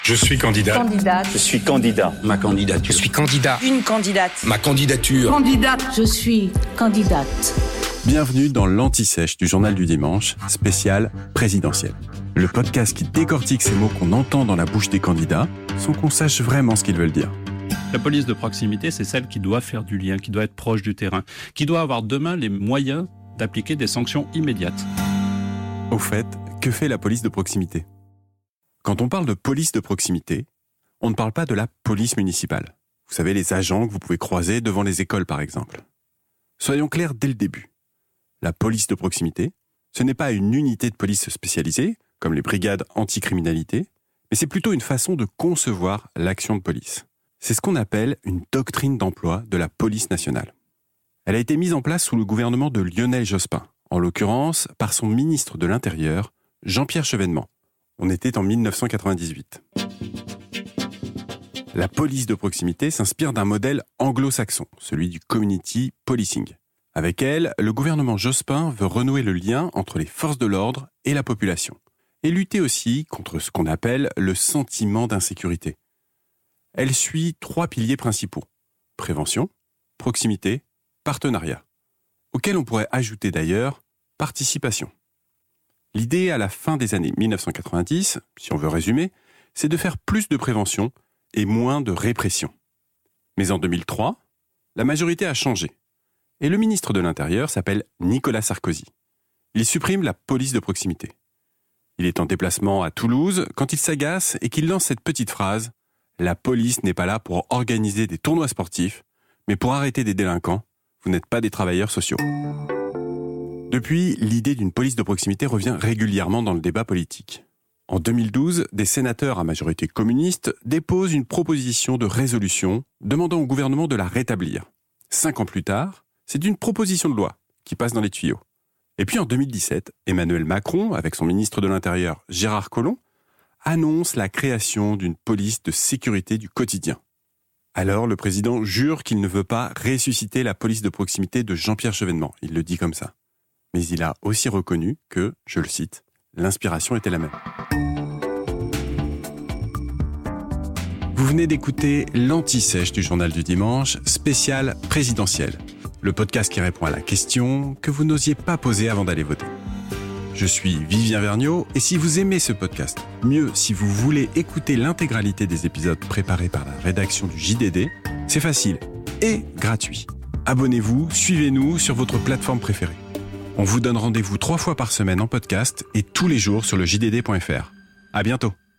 Je suis candidat. Candidate. Je suis candidat. Ma candidature. Je suis candidat. Une candidate. Ma candidature. Candidate. Je suis candidate. Bienvenue dans l'Anti-Sèche du Journal du Dimanche, spécial présidentiel. Le podcast qui décortique ces mots qu'on entend dans la bouche des candidats sans qu'on sache vraiment ce qu'ils veulent dire. La police de proximité, c'est celle qui doit faire du lien, qui doit être proche du terrain, qui doit avoir demain les moyens d'appliquer des sanctions immédiates. Au fait, que fait la police de proximité ? Quand on parle de police de proximité, on ne parle pas de la police municipale. Vous savez, les agents que vous pouvez croiser devant les écoles, par exemple. Soyons clairs dès le début. La police de proximité, ce n'est pas une unité de police spécialisée, comme les brigades anticriminalité, mais c'est plutôt une façon de concevoir l'action de police. C'est ce qu'on appelle une doctrine d'emploi de la police nationale. Elle a été mise en place sous le gouvernement de Lionel Jospin, en l'occurrence par son ministre de l'Intérieur, Jean-Pierre Chevènement. On était en 1998. La police de proximité s'inspire d'un modèle anglo-saxon, celui du community policing. Avec elle, le gouvernement Jospin veut renouer le lien entre les forces de l'ordre et la population, et lutter aussi contre ce qu'on appelle le sentiment d'insécurité. Elle suit 3 piliers principaux: prévention, proximité, partenariat, auxquels on pourrait ajouter d'ailleurs participation. L'idée à la fin des années 1990, si on veut résumer, c'est de faire plus de prévention et moins de répression. Mais en 2003, la majorité a changé. Et le ministre de l'Intérieur s'appelle Nicolas Sarkozy. Il supprime la police de proximité. Il est en déplacement à Toulouse quand il s'agace et qu'il lance cette petite phrase « La police n'est pas là pour organiser des tournois sportifs, mais pour arrêter des délinquants. Vous n'êtes pas des travailleurs sociaux. » Depuis, l'idée d'une police de proximité revient régulièrement dans le débat politique. En 2012, des sénateurs à majorité communiste déposent une proposition de résolution demandant au gouvernement de la rétablir. 5 ans plus tard, c'est une proposition de loi qui passe dans les tuyaux. Et puis en 2017, Emmanuel Macron, avec son ministre de l'Intérieur Gérard Collomb, annonce la création d'une police de sécurité du quotidien. Alors le président jure qu'il ne veut pas ressusciter la police de proximité de Jean-Pierre Chevènement. Il le dit comme ça. Mais il a aussi reconnu que, je le cite, l'inspiration était la même. Vous venez d'écouter l'Anti-Sèche du Journal du Dimanche, spécial présidentiel. Le podcast qui répond à la question que vous n'osiez pas poser avant d'aller voter. Je suis Vivien Vergniaud et si vous aimez ce podcast, mieux si vous voulez écouter l'intégralité des épisodes préparés par la rédaction du JDD, c'est facile et gratuit. Abonnez-vous, suivez-nous sur votre plateforme préférée. On vous donne rendez-vous 3 fois par semaine en podcast et tous les jours sur le JDD.fr. À bientôt.